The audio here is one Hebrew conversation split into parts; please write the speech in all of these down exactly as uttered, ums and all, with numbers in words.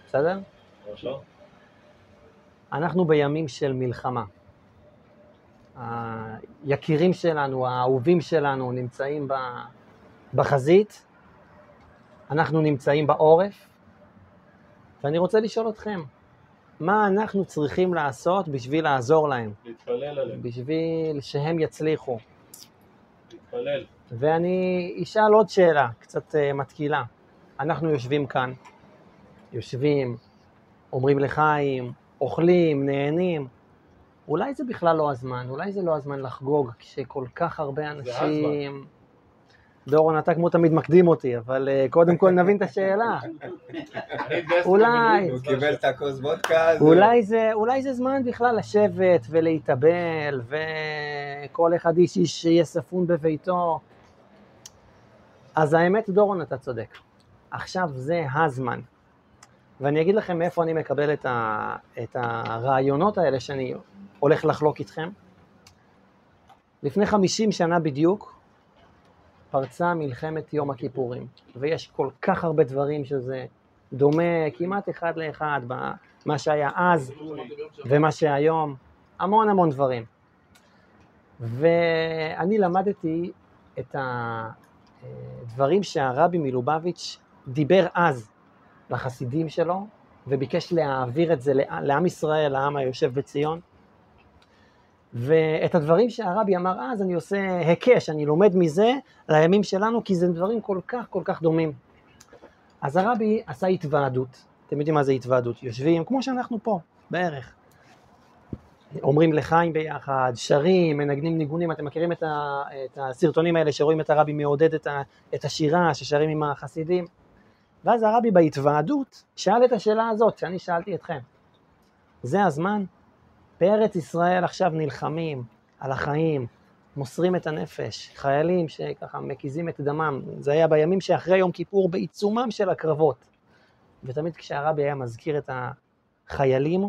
בסדר? עכשיו? אנחנו בימים של מלחמה. היקירים שלנו, האהובים שלנו נמצאים בחזית, אנחנו נמצאים בעורף, ואני רוצה לשאול אתכם, מה אנחנו צריכים לעשות בשביל לעזור להם? להתפלל עליהם. בשביל שהם יצליחו. להתפלל. ואני אשאל עוד שאלה, קצת מתקילה. אנחנו יושבים כאן, יושבים, אומרים לחיים, אוכלים, נהנים. אולי זה בכלל לא הזמן, אולי זה לא הזמן לחגוג, כשכל כך הרבה אנשים... דורון, אתה כמו תמיד מקדים אותי, אבל uh, קודם כל נבין את השאלה. אולי... הוא קיבל את הכוס וודקה. אולי זה, אולי זה זמן בכלל לשבת ולהתאבל, וכל אחד איש איש שיהיה ספון בביתו. אז האמת, דורון, אתה צודק. עכשיו זה הזמן. ואני אגיד לכם מאיפה אני מקבל את, ה, את הרעיונות האלה שאני הולך לחלוק איתכם. לפני חמישים שנה בדיוק, פרצה מלחמת יום הכיפורים, ויש כל כך הרבה דברים שזה דומה כמעט אחד לאחד במה שהיה אז ומה שהיום, המון המון דברים. ואני למדתי את הדברים שהרבי מלובביץ' דיבר אז לחסידים שלו, וביקש להעביר את זה לעם ישראל, לעם היושב בציון. ואת הדברים שהרבי אמר אז אני עושה הקש, אני לומד מזה לימים שלנו, כי זה דברים כל כך כל כך דומים. אז הרבי עשה התוועדות, אתם יודעים מה זה התוועדות, יושבים כמו שאנחנו פה בערך, אומרים לחיים ביחד, שרים, מנגנים ניגונים, אתם מכירים את, ה, את הסרטונים האלה שרואים את הרבי מעודד את, ה, את השירה ששרים עם החסידים, ואז הרבי בהתוועדות שאל את השאלה הזאת שאני שאלתי אתכם, זה הזמן? בארץ ישראל עכשיו נלחמים על החיים, מוסרים את הנפש, חיילים שככה מקיזים את דמם, זה היה בימים שאחרי יום כיפור בעיצומם של הקרבות, ותמיד כשהרבי היה מזכיר את החיילים,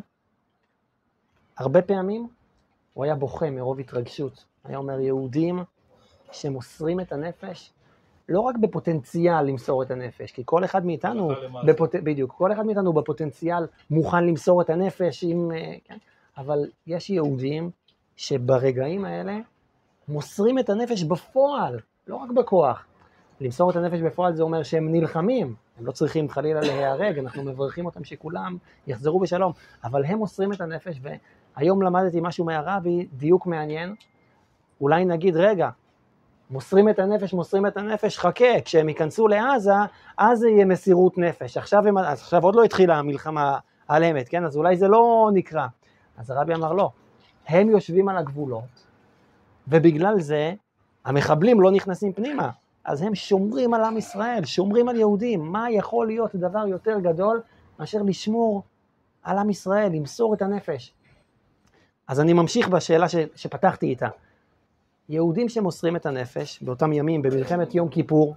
הרבה פעמים הוא היה בוכה מרוב התרגשות, היה אומר יהודים שמוסרים את הנפש, לא רק בפוטנציאל למסור את הנפש, כי כל אחד מאיתנו, בפוט... בדיוק, כל אחד מאיתנו בפוטנציאל מוכן למסור את הנפש, עם, כן? אבל יש יהודים שברגעים האלה מוסרים את הנפש בפועל, לא רק בכוח. למסור את הנפש בפועל זה אומר שהם נלחמים, הם לא צריכים חלילה להיהרג, אנחנו מברכים אותם שכולם יחזרו בשלום, אבל הם מוסרים את הנפש, והיום למדתי משהו מהרבי, דיוק מעניין, אולי נגיד רגע, מוסרים את הנפש, מוסרים את הנפש, חכה, כשהם ייכנסו לעזה, אז זה יהיה מסירות נפש, עכשיו, הם, עכשיו עוד לא התחילה המלחמה על אמת, כן? אז אולי זה לא נקרא. אז הרבי אמר לא, הם יושבים על הגבולות, ובגלל זה המחבלים לא נכנסים פנימה, אז הם שומרים על עם ישראל, שומרים על יהודים, מה יכול להיות דבר יותר גדול מאשר לשמור על עם ישראל, למסור את הנפש. אז אני ממשיך בשאלה ש, שפתחתי איתה, יהודים שמוסרים את הנפש באותם ימים במלחמת יום כיפור,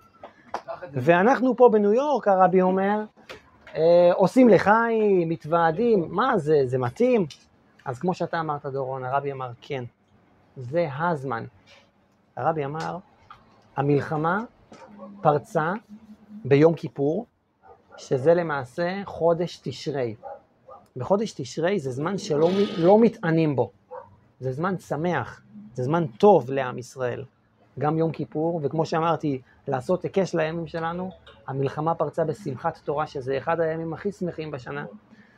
ואנחנו פה בניו יורק, הרבי אומר, אה, עושים לחיים, מתוועדים, מה זה, זה מתאים? אז כמו שאתה אמרת דורון, הרבי אמר כן, זה הזמן. הרבי אמר, המלחמה פרצה ביום כיפור, שזה למעשה חודש תשרי. בחודש תשרי זה זמן שלא לא מתענים בו, זה זמן שמח, זה זמן טוב לעם ישראל. גם יום כיפור, וכמו שאמרתי, לעשות הקש לימים שלנו, המלחמה פרצה בשמחת תורה, שזה אחד הימים הכי שמחים בשנה.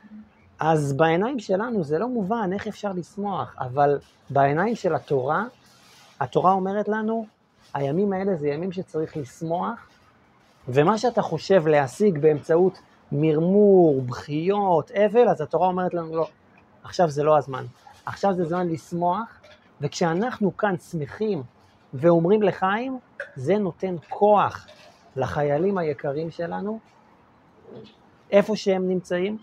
אז בעיניים שלנו זה לא מובן איך אפשר לשמוח, אבל בעיניים של התורה, התורה אומרת לנו, הימים האלה זה ימים שצריך לשמוח, ומה שאתה חושב להשיג באמצעות מרמור, בחיות, אבל, אז התורה אומרת לנו לא, עכשיו זה לא הזמן, עכשיו זה זמן לשמוח, וכשאנחנו כאן שמחים ואומרים לחיים, זה נותן כוח לחיילים היקרים שלנו, איפה שהם נמצאים,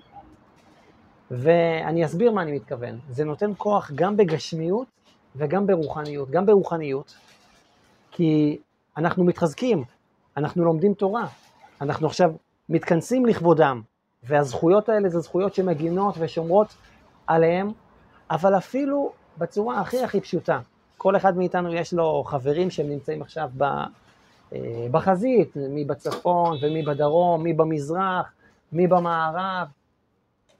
ואני אסביר מה אני מתכוון. זה נותן כוח גם בגשמיות וגם ברוחניות. גם ברוחניות, כי אנחנו מתחזקים, אנחנו לומדים תורה, אנחנו עכשיו מתכנסים לכבודם, והזכויות האלה זה זכויות שמגינות ושומרות עליהם, אבל אפילו בצורה הכי הכי פשוטה. כל אחד מאיתנו יש לו חברים שהם נמצאים עכשיו בחזית, מי בצפון ומי בדרום, מי במזרח, מי במערב,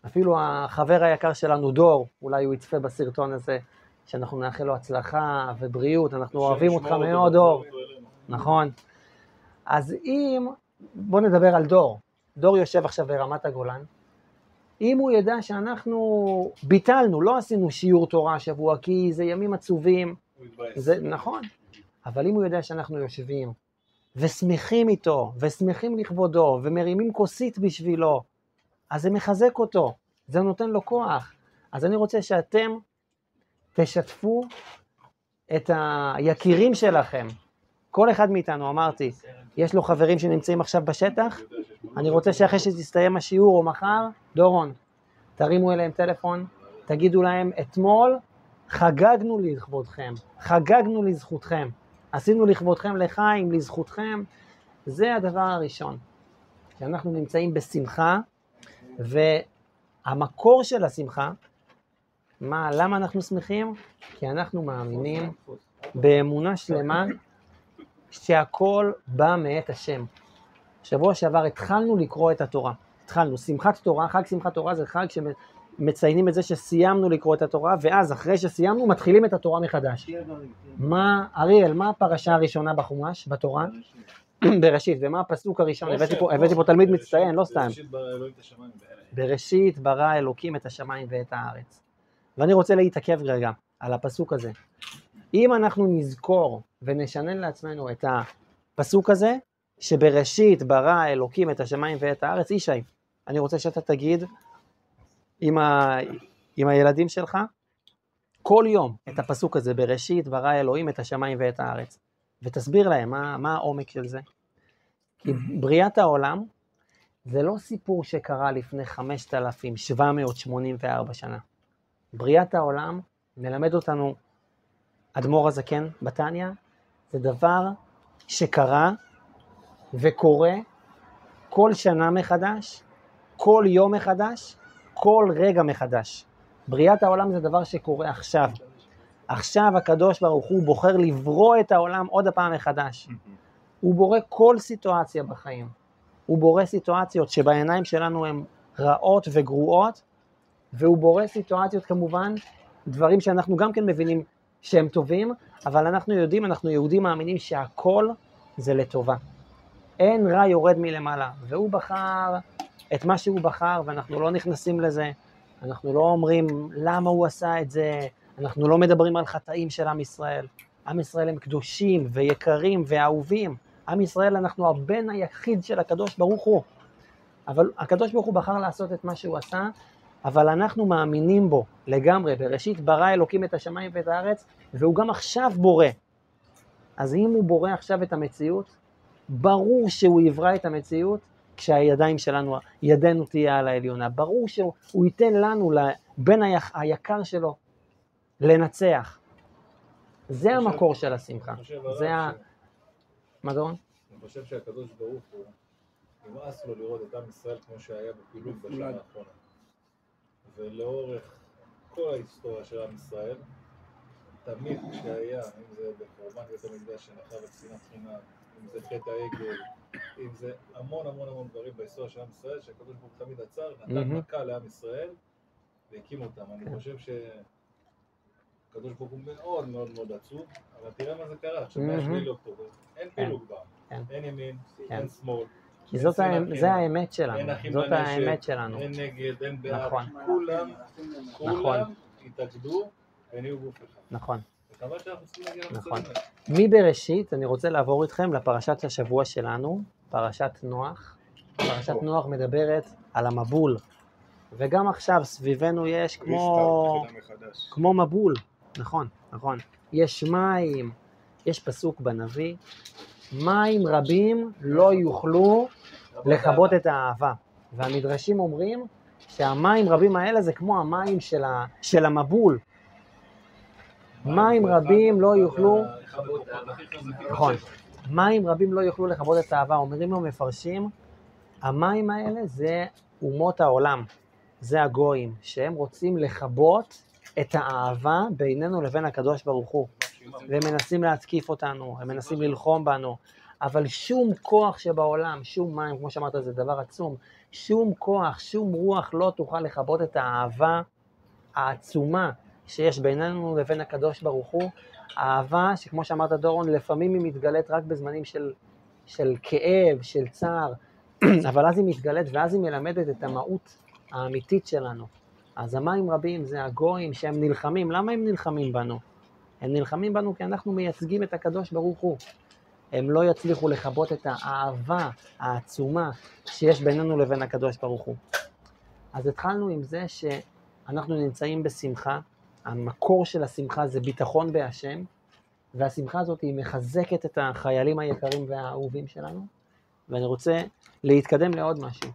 אפילו החבר היקר שלנו דור, אולי הוא יצפה בסרטון הזה, שאנחנו נאחל לו הצלחה ובריאות, אנחנו אוהבים אותך מאוד דור. נכון. אז אם, בוא נדבר על דור, דור יושב עכשיו ברמת הגולן, אם הוא ידע שאנחנו ביטלנו, לא עשינו שיעור תורה השבוע, כי זה ימים עצובים, זה נכון, אבל אם הוא יודע שאנחנו יושבים, ושמחים איתו, ושמחים לכבודו, ומרימים כוסית בשבילו, אז זה מחזק אותו, זה נותן לו כוח. אז אני רוצה שאתם תשתפו את היקירים שלכם. כל אחד מאיתנו, אמרתי, יש לו חברים שנמצאים עכשיו בשטח, אני רוצה שאחרי שתסתיים השיעור או מחר, דורון, תרימו אליהם טלפון, תגידו להם, אתמול חגגנו לכבודכם, חגגנו לזכותכם, עשינו לכבודכם לחיים, לזכותכם, זה הדבר הראשון, שאנחנו נמצאים בשמחה, והמקור של השמחה, מה, למה אנחנו שמחים? כי אנחנו מאמינים באמונה שלמה, שהכל בא מאת השם. שבוע שעבר התחלנו לקרוא את התורה, התחלנו, שמחת תורה, חג שמחת תורה זה חג שמציינים את זה שסיימנו לקרוא את התורה, ואז אחרי שסיימנו מתחילים את התורה מחדש. מה, אריאל, מה הפרשה הראשונה בחומש, בתורה? בראשית, ומה הפסוק הראשון? הבאתי פה תלמיד מצטיין, לא סתם. בראשית ברא אלוקים את השמיים ואת הארץ. ואני רוצה להתעכב רגע על הפסוק הזה. אם אנחנו נזכור ונשנן לעצמנו את הפסוק הזה, שבראשית ברא אלוקים את השמיים ואת הארץ, ישי, אני רוצה שאתה תגיד עם, ה... עם הילדים שלך, כל יום את הפסוק הזה, בראשית ברא אלוהים את השמיים ואת הארץ, ותסביר להם מה, מה העומק של זה. כי בריאת העולם, זה לא סיפור שקרה לפני חמשת אלפים שבע מאות שמונים וארבע שנה. בריאת העולם, מלמד אותנו אדמו"ר הזקן בתניא, זה דבר שקרה וקורה כל שנה מחדש, כל יום מחדש, כל רגע מחדש. בריאת העולם זה דבר שקורה עכשיו. עכשיו הקדוש ברוך הוא בוחר לברוא את העולם עוד הפעם מחדש. הוא בורא כל סיטואציה בחיים. הוא בורא סיטואציות שבעיניים שלנו הן רעות וגרועות, והוא בורא סיטואציות כמובן, דברים שאנחנו גם כן מבינים שהם טובים, אבל אנחנו יודעים, אנחנו יהודים מאמינים שהכל זה לטובה. אין רע יורד מלמעלה, והוא בחר את מה שהוא בחר, ואנחנו לא נכנסים לזה, אנחנו לא אומרים למה הוא עשה את זה, אנחנו לא מדברים על חטאים של עם ישראל. עם ישראל הם קדושים ויקרים ואהובים. עם ישראל אנחנו הבן היחיד של הקדוש ברוך הוא. אבל הקדוש ברוך הוא בחר לעשות את מה שהוא עשה, אבל אנחנו מאמינים בו לגמרי. בראשית ברא אלוקים את השמיים ואת הארץ, והוא גם עכשיו בורא. אז אם הוא בורא עכשיו את המציאות, ברור שהוא יברא את המציאות, כשהידיים שלנו, ידנו תהיה על העליונה. ברור שהוא ייתן לנו, לבן היקר שלו, לנצח. זה המקור של השמחה. זה ה... מה דורון? אני חושב שהקדוש ברוך הוא, נמאס לו לראות את עם ישראל כמו שהיה בפילוג בשנה האחרונה. ולאורך כל ההיסטוריה של עם ישראל, תמיד כשהיה, אם זה בחורבן בית המקדש שנחרב את שנאת חינם, אם זה חטא העגל, אם זה המון המון המון דברים בהיסטוריה של עם ישראל, שהקדוש ברוך הוא תמיד עצר, נתן מכה לעם ישראל והקים אותם. אני חושב שהקדוש ברוך הוא מאוד מאוד מאוד עצוב, אבל תראה מה זה קרה, עכשיו מהשביעי לאוקטובר, אין פילוג בעם, אין ימין, אין שמאל. כי זאת האמת שלנו, זאת האמת שלנו. אין נגד, אין בעד, כולם, כולם התאגדו ונהיו גוף אחד. נכון. וחבל שאנחנו צריכים להגיע נכון. מבראשית, אני רוצה לעבור איתכם לפרשת השבוע שלנו, פרשת נוח. פרשת נוח מדברת על המבול, וגם עכשיו סביבנו יש כמו, כמו מבול, נכון, נכון. יש מים, יש פסוק בנביא, מים רבים לא יוכלו לכבות את האהבה. והמדרשים אומרים שהמים רבים האלה זה כמו המים של, ה, של המבול. מים רבים לא יוכלו, נכון, מים רבים לא יוכלו לכבות את האהבה. אומרים לו מפרשים, המים האלה זה אומות העולם, זה הגויים, שהם רוצים לכבות את האהבה בינינו לבין הקדוש ברוך הוא. והם מנסים להתקיף אותנו, הם מנסים ללחום בנו. אבל שום כוח שבעולם, שום מים, כמו שאמרת, זה דבר עצום, שום כוח, שום רוח לא תוכל לכבות את האהבה העצומה שיש בינינו לבין הקדוש ברוך הוא, האהבה שכמו שאמרת דורון, לפעמים היא מתגלית רק בזמנים של, של כאב, של צער, אבל אז היא מתגלית ואז היא מלמדת את המהות האמיתית שלנו. אז המים רבים זה הגויים שהם נלחמים, למה הם נלחמים בנו? הם נלחמים בנו כי אנחנו מייצגים את הקדוש ברוך הוא. הם לא יצליחו לכבות את האהבה העצומה שיש בינינו לבין הקדוש ברוך הוא. אז התחלנו עם זה שאנחנו נמצאים בשמחה, המקור של השמחה זה ביטחון בהשם, והשמחה הזאת היא מחזקת את החיילים היקרים והאהובים שלנו, ואני רוצה להתקדם לעוד משהו.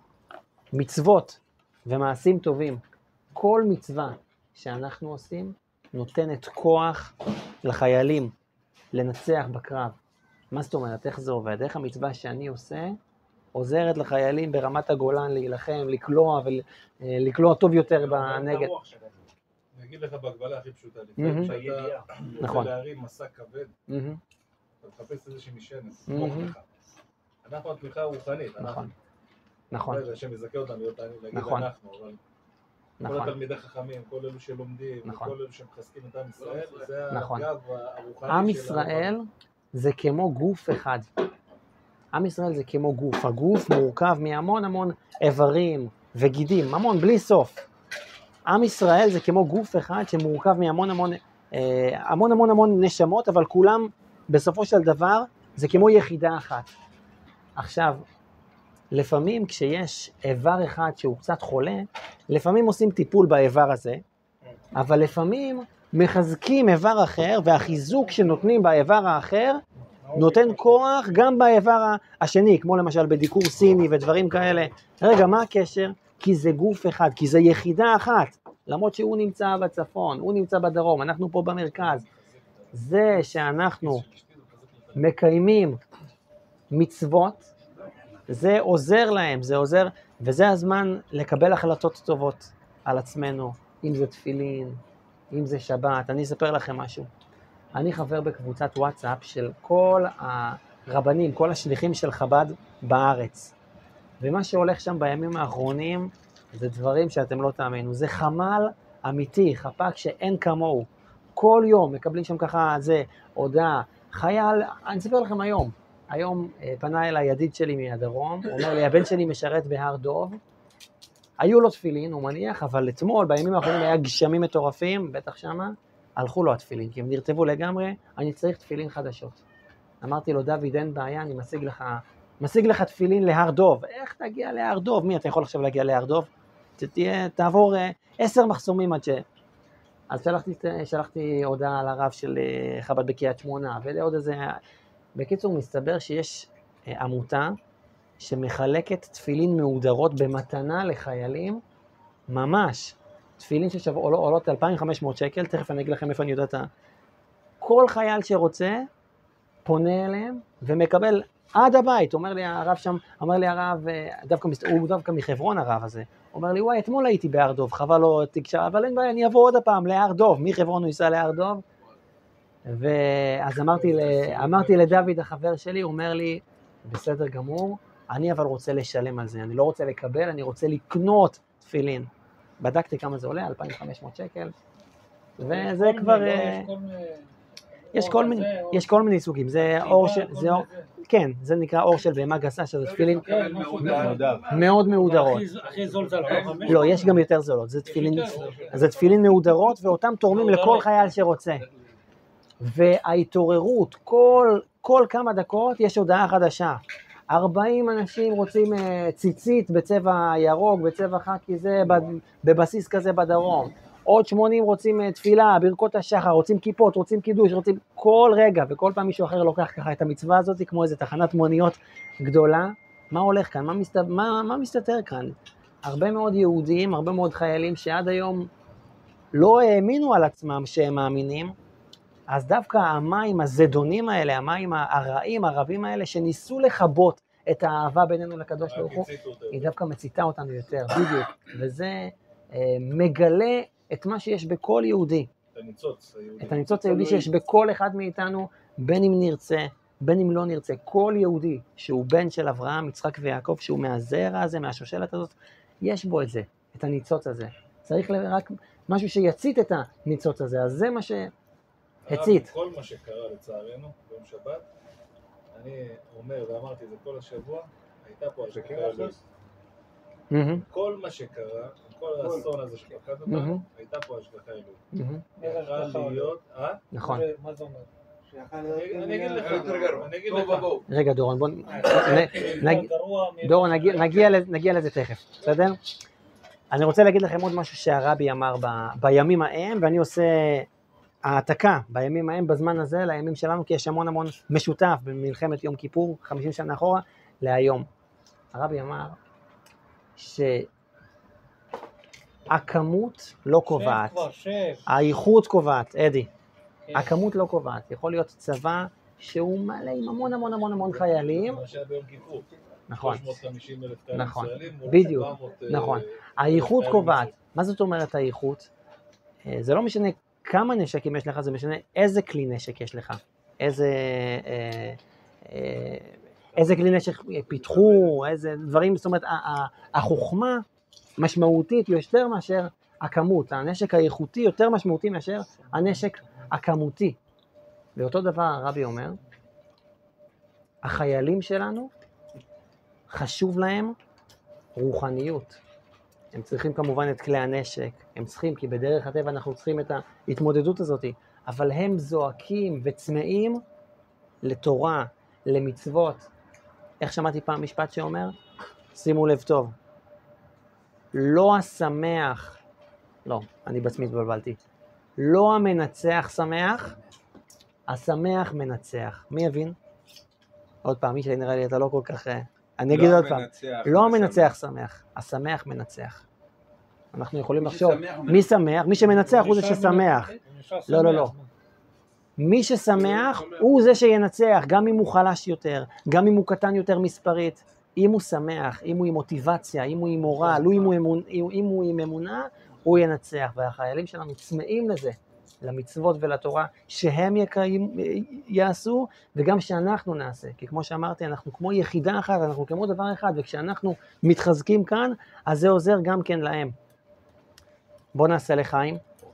מצוות ומעשים טובים, כל מצווה שאנחנו עושים נותנת כוח לחיילים לנצח בקרב. מה זאת אומרת? איך זה עובד? איך המצווה שאני עושה עוזרת לחיילים ברמת הגולן להילחם, לקלוע ולקלוע טוב יותר בנגד. אני אגיד לך בהגבלה הכי פשוטה, לפעמים שאתה רוצה להרים מסע כבד, אתה מחפש איזושהי משענת, תמוך לך. אנחנו התמיכה הרוחנית, אנחנו. נכון. זה השם יזכה אותנו, להגיד אנחנו, אבל כל התלמידי חכמים, כל אלו שלומדים, כל אלו שמחזקים את עם ישראל, זה הגב הרוחני של עם ישראל זה כמו גוף אחד. עם ישראל זה כמו גוף. הגוף מורכב מהמון המון איברים וגידים, המון, בלי סוף. עם ישראל זה כמו גוף אחד שמורכב מהמון המון, המון המון המון נשמות, אבל כולם בסופו של דבר זה כמו יחידה אחת. עכשיו, לפעמים כשיש איבר אחד שהוא קצת חולה, לפעמים עושים טיפול באיבר הזה, אבל לפעמים מחזקים איבר אחר, והחיזוק שנותנים באיבר האחר, נותן כוח גם באיבר השני, כמו למשל בדיקור סיני ודברים כאלה. רגע, מה הקשר? כי זה גוף אחד, כי זה יחידה אחת, למרות שהוא נמצא בצפון, הוא נמצא בדרום, אנחנו פה במרכז. זה שאנחנו מקיימים מצוות, זה עוזר להם, זה עוזר, וזה הזמן לקבל החלטות טובות על עצמנו, אם זה תפילין, אם זה שבת. אני אספר לכם משהו. אני חבר בקבוצת וואטסאפ של כל הרבנים, כל השליחים של חב"ד בארץ. ומה שהולך שם בימים האחרונים, זה דברים שאתם לא תאמינו. זה חמ"ל אמיתי, חפ"ק שאין כמוהו. כל יום מקבלים שם ככה, זה הודעה. חייל, אני אספר לכם היום. היום פנה אליי ידיד שלי מהדרום, הוא אומר לי, הבן שלי משרת בהר דוב, היו לו תפילין, הוא מניח, אבל אתמול, בימים האחרונים היה גשמים מטורפים, בטח שמה, הלכו לו התפילין, כי הם נרטבו לגמרי, אני צריך תפילין חדשות. אמרתי לו, דוד, אין בעיה, אני משיג לך, משיג לך תפילין להר דוב. איך תגיע להר דוב? מי אתה יכול עכשיו להגיע להר דוב? תהיה, תעבור עשר מחסומים עד ש... אז שלחתי, שלחתי הודעה לרב של חב"ד בקריית שמונה, ולעוד איזה... בקיצור, מסתבר שיש עמותה שמחלקת תפילין מהודרות במתנה לחיילים, ממש, תפילין שעולות אלפיים וחמש מאות שקל, תכף אני אגיד לכם איפה אני יודעת, כל חייל שרוצה פונה אליהם ומקבל עד הבית. אומר לי הרב שם, אומר לי הרב, דווקא, הוא דווקא מחברון הרב הזה, אומר לי, וואי, אתמול הייתי בהר דוב, חבל לו תקשר, אבל אין בעיה, אני אבוא עוד הפעם להר דוב, מחברון הוא ייסע להר דוב. ואז אמרתי, אמרתי לדוד החבר שלי, הוא אומר לי, בסדר גמור, אני אבל רוצה לשלם על זה, אני לא רוצה לקבל, אני רוצה לקנות תפילין. בדקתי כמה זה עולה, אלפיים וחמש מאות שקל, וזה כבר... יש כל מיני, יש כל מיני סוגים, זה אור של, זה אור, כן, זה נקרא אור של בהמה גסה, שזה תפילין מאוד מהודרות. הכי זול זה לא חמש? לא, יש גם יותר זולות, זה תפילין מהודרות, ואותם תורמים לכל חייל שרוצה. וההתעוררות, כל, כל כמה דקות יש הודעה חדשה. ארבעים אנשים רוצים ציצית בצבע ירוק, בצבע חקי, זה בבסיס כזה בדרום. עוד שמונים רוצים תפילה, ברכות השחר, רוצים כיפות, רוצים קידוש, רוצים כל רגע, וכל פעם מישהו אחר לוקח ככה את המצווה הזאת, כמו איזו תחנת מוניות גדולה. מה הולך כאן? מה, מסת... מה, מה מסתתר כאן? הרבה מאוד יהודים, הרבה מאוד חיילים שעד היום לא האמינו על עצמם שהם מאמינים, אז דווקא המים הזדונים האלה, המים הרעים, הרבים האלה, שניסו לחבות את האהבה בינינו לקדוש ברוך הוא, היא דווקא מציתה אותנו יותר, בדיוק. וזה אה, מגלה את מה שיש בכל יהודי. את הניצוץ היהודי. את הניצוץ היהודי שיש בכל אחד מאיתנו, בין אם נרצה בין אם לא נרצה, כל יהודי שהוא בן של אברהם, יצחק ויעקב, שהוא מהזרע הזה, מהשושלת הזאת, יש בו את זה, את הניצוץ הזה. צריך רק משהו שיצית את הניצוץ הזה, אז זה מה שהצית. כל מה שקרה לצערנו ביום שבת, אני אומר ואמרתי את זה כל השבוע, הייתה פה השגחה אלוהית. כל מה שקרה, כל האסון הזה שפקד אותנו, הייתה פה השגחה אלוהית. יכולה להיות, אה? נכון. מה זה אומר? אני אגיד לך, אני אגיד לך. רגע דורון, בוא, דורון, נגיע לזה תכף, בסדר? אני רוצה להגיד לכם עוד משהו שהרבי אמר בימים ההם, ואני עושה העתקה בימים ההם בזמן הזה, לימים שלנו, כי יש המון המון משותף במלחמת יום כיפור, חמישים שנה אחורה, להיום. הרבי אמר שהכמות לא קובעת, האיכות קובעת, אדי. הכמות לא קובעת, יכול להיות צבא שהוא מלא עם המון המון המון המון חיילים. למשל ביום כיפור. נכון. שלוש מאות וחמישים אלף חיילים ישראלים. בדיוק, נכון. האיכות קובעת. מה זאת אומרת האיכות? זה לא משנה כמה נשקים יש לך, זה משנה איזה כלי נשק יש לך. איזה, איזה כלי נשק פיתחו, איזה דברים, זאת אומרת, החוכמה משמעותית יותר מאשר הכמות. הנשק האיכותי יותר משמעותי מאשר הנשק הכמותי. ואותו דבר הרבי אומר, החיילים שלנו חשוב להם רוחניות. הם צריכים כמובן את כלי הנשק, הם צריכים, כי בדרך הטבע אנחנו צריכים את ההתמודדות הזאת, אבל הם זועקים וצמאים לתורה, למצוות. איך שמעתי פעם משפט שאומר? שימו לב טוב, לא השמח, לא, אני בעצמי התבלבלתי, לא המנצח שמח, השמח מנצח. מי יבין? עוד פעם, מי שנראה לי, אתה לא כל כך... אני אגיד עוד פעם, לא המנצח שמח, השמח מנצח. אנחנו יכולים לחשוב, מי שמח? מי שמנצח הוא זה ששמח. לא, לא, לא. מי ששמח הוא זה שינצח, גם אם הוא חלש יותר, גם אם הוא קטן יותר מספרית. אם הוא שמח, אם הוא עם מוטיבציה, אם הוא עם מורל, אם הוא עם אמונה, הוא ינצח. והחיילים שלנו צמאים לזה, למצוות ולתורה, שהם יקיים, יעשו, וגם שאנחנו נעשה. כי כמו שאמרתי, אנחנו כמו יחידה אחת, אנחנו כמו דבר אחד, וכשאנחנו מתחזקים כאן, אז זה עוזר גם כן להם. בוא נעשה לחיים.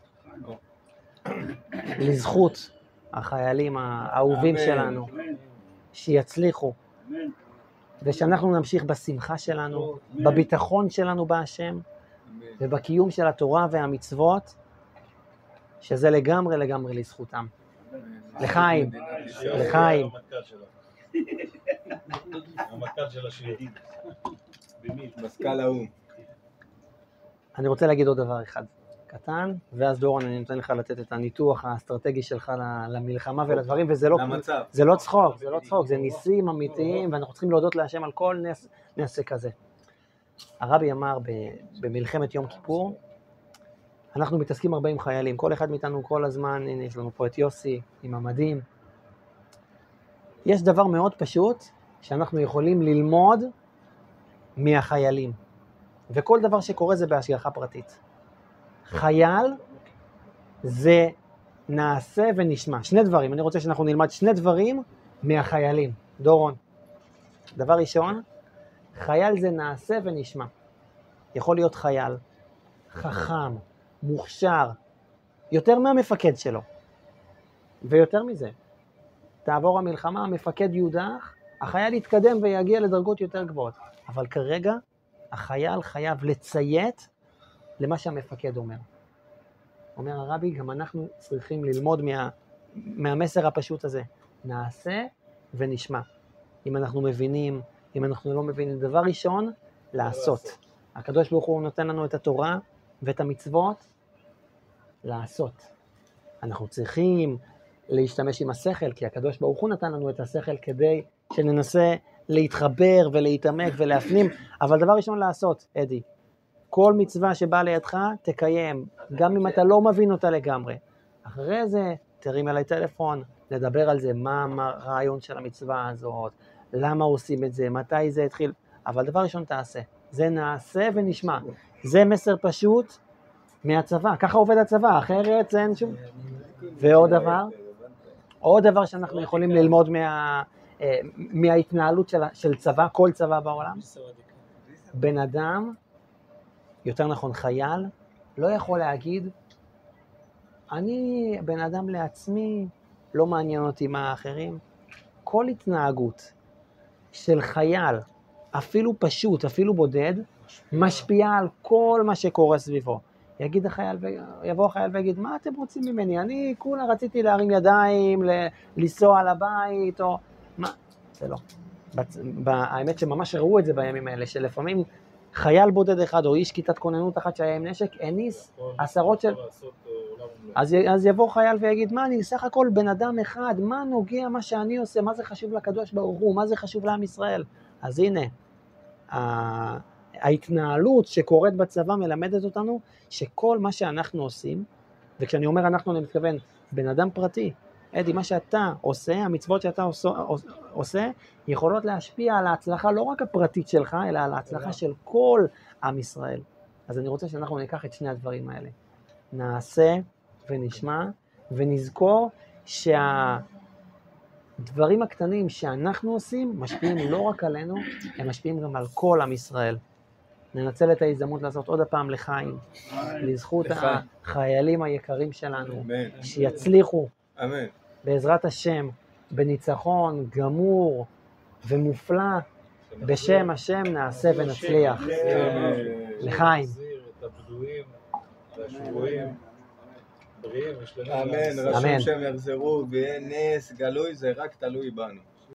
לזכות החיילים האהובים שלנו, שיצליחו, ושאנחנו נמשיך בשמחה שלנו, בביטחון שלנו בהשם, ובקיום של התורה והמצוות, שזה לגמרי לגמרי לזכותם. לחיים, לחיים. המקל של השיר. משכ"ל האום. אני רוצה להגיד עוד דבר אחד קטן, ואז דורון אני נותן לך לתת את הניתוח האסטרטגי שלך למלחמה ולדברים, וזה לא, זה לא צחוק, זה לא צחוק, זה ניסים אמיתיים, ואנחנו צריכים להודות להשם על כל נס, נס כזה. הרבי אמר במלחמת יום כיפור, אנחנו מתעסקים הרבה עם חיילים, כל אחד מאיתנו כל הזמן, הנה יש לנו פה את יוסי עם המדים. יש דבר מאוד פשוט שאנחנו יכולים ללמוד מהחיילים, וכל דבר שקורה זה בהשגחה פרטית. חייל זה נעשה ונשמע, שני דברים, אני רוצה שאנחנו נלמד שני דברים מהחיילים. דורון, דבר ראשון, חייל זה נעשה ונשמע. יכול להיות חייל חכם, מוכשר, יותר מהמפקד שלו. ויותר מזה, תעבור המלחמה, המפקד יודח, החייל יתקדם ויגיע לדרגות יותר גבוהות. אבל כרגע, החייל חייב לציית למה שהמפקד אומר. אומר הרבי, גם אנחנו צריכים ללמוד מה, מהמסר הפשוט הזה. נעשה ונשמע. אם אנחנו מבינים, אם אנחנו לא מבינים, דבר ראשון, לעשות. הקדוש ברוך הוא נותן לנו את התורה ואת המצוות, לעשות. אנחנו צריכים להשתמש עם השכל, כי הקדוש ברוך הוא נתן לנו את השכל כדי שננסה להתחבר ולהתעמק ולהפנים, אבל דבר ראשון לעשות, אדי. כל מצווה שבאה לידך תקיים, גם אם אתה לא מבין אותה לגמרי. אחרי זה תרים אליי טלפון, לדבר על זה, מה הרעיון של המצווה הזאת, למה עושים את זה, מתי זה התחיל, אבל דבר ראשון תעשה. זה נעשה ונשמע. זה מסר פשוט מהצבא, ככה עובד הצבא, אחרת אין שום. ועוד דבר, עוד דבר שאנחנו יכולים ללמוד מה, אה, מההתנהלות של, של צבא, כל צבא בעולם. בן אדם, יותר נכון חייל, לא יכול להגיד, אני בן אדם לעצמי, לא מעניין אותי מה האחרים. כל התנהגות של חייל, אפילו פשוט, אפילו בודד, משפיעה על כל מה שקורה סביבו. יגיד החייל, יבוא החייל ויגיד, מה אתם רוצים ממני? אני כולה רציתי להרים ידיים, לנסוע לבית, או... מה? זה לא. האמת שממש ראו את זה בימים האלה, שלפעמים חייל בודד אחד, או איש כיתת כוננות אחת שהיה עם נשק, הניס עשרות של... אז, אז יבוא חייל ויגיד, מה, אני סך הכל בן אדם אחד, מה נוגע מה שאני עושה, מה זה חשוב לקדוש ברוך הוא, מה זה חשוב לעם ישראל? אז הנה, ההתנהלות שקורית בצבא מלמדת אותנו שכל מה שאנחנו עושים, וכשאני אומר אנחנו אני מתכוון, בן אדם פרטי, אדי, מה שאתה עושה, המצוות שאתה עושה, עושה יכולות להשפיע על ההצלחה לא רק הפרטית שלך, אלא על ההצלחה של כל עם ישראל. אז אני רוצה שאנחנו ניקח את שני הדברים האלה. נעשה ונשמע ונזכור שהדברים הקטנים שאנחנו עושים משפיעים לא רק עלינו, הם משפיעים גם על כל עם ישראל. ננצל את ההזדמנות לעשות עוד הפעם לחיים, לזכות החיילים היקרים שלנו, שיצליחו אמן. בעזרת השם, בניצחון גמור ומופלא, בשם השם נעשה ונצליח. לחיים. את הפדויים והשבויים, בריאים ושלמים. אמן, רשום שהם יחזרו ויהיה נס גלוי, זה רק תלוי בנו.